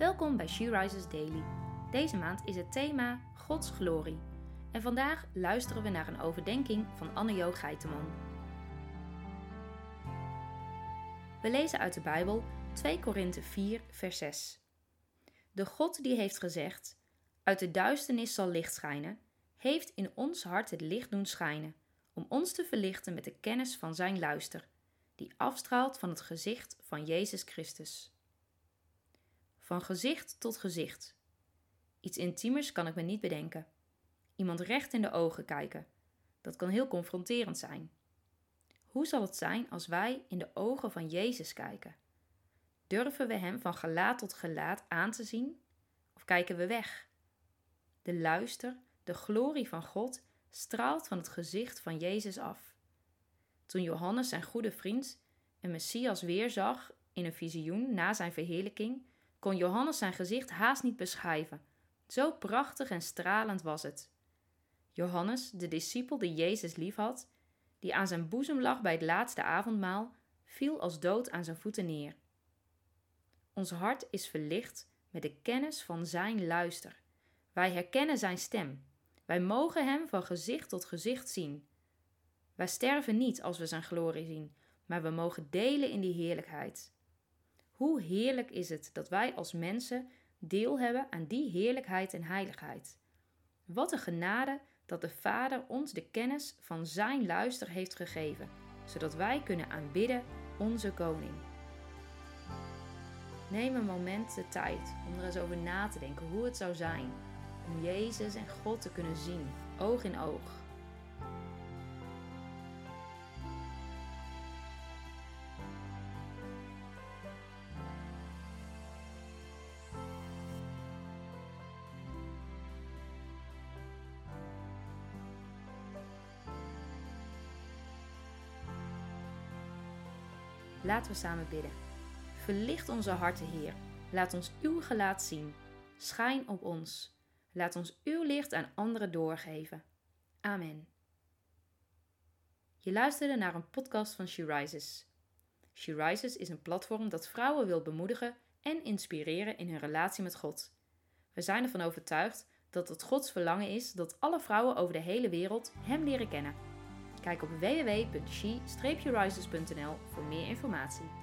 Welkom bij She Rises Daily. Deze maand is het thema Gods glorie. En vandaag luisteren we naar een overdenking van Anne-Jo Geiteman. We lezen uit de Bijbel 2 Korinthe 4 vers 6. De God die heeft gezegd, uit de duisternis zal licht schijnen, heeft in ons hart het licht doen schijnen, om ons te verlichten met de kennis van zijn luister, die afstraalt van het gezicht van Jezus Christus. Van gezicht tot gezicht. Iets intiemers kan ik me niet bedenken. Iemand recht in de ogen kijken. Dat kan heel confronterend zijn. Hoe zal het zijn als wij in de ogen van Jezus kijken? Durven we hem van gelaat tot gelaat aan te zien? Of kijken we weg? De luister, de glorie van God straalt van het gezicht van Jezus af. Toen Johannes zijn goede vriend een Messias weerzag in een visioen na zijn verheerlijking, kon Johannes zijn gezicht haast niet beschrijven. Zo prachtig en stralend was het. Johannes, de discipel die Jezus liefhad, die aan zijn boezem lag bij het laatste avondmaal, viel als dood aan zijn voeten neer. Ons hart is verlicht met de kennis van zijn luister. Wij herkennen zijn stem. Wij mogen hem van gezicht tot gezicht zien. Wij sterven niet als we zijn glorie zien, maar we mogen delen in die heerlijkheid. Hoe heerlijk is het dat wij als mensen deel hebben aan die heerlijkheid en heiligheid. Wat een genade dat de Vader ons de kennis van zijn luister heeft gegeven, zodat wij kunnen aanbidden onze koning. Neem een moment de tijd om er eens over na te denken hoe het zou zijn om Jezus en God te kunnen zien, oog in oog. Laten we samen bidden. Verlicht onze harten, Heer. Laat ons uw gelaat zien. Schijn op ons. Laat ons uw licht aan anderen doorgeven. Amen. Je luisterde naar een podcast van She Rises. She Rises is een platform dat vrouwen wil bemoedigen en inspireren in hun relatie met God. We zijn ervan overtuigd dat het Gods verlangen is dat alle vrouwen over de hele wereld hem leren kennen. Kijk op www.she-rises.nl voor meer informatie.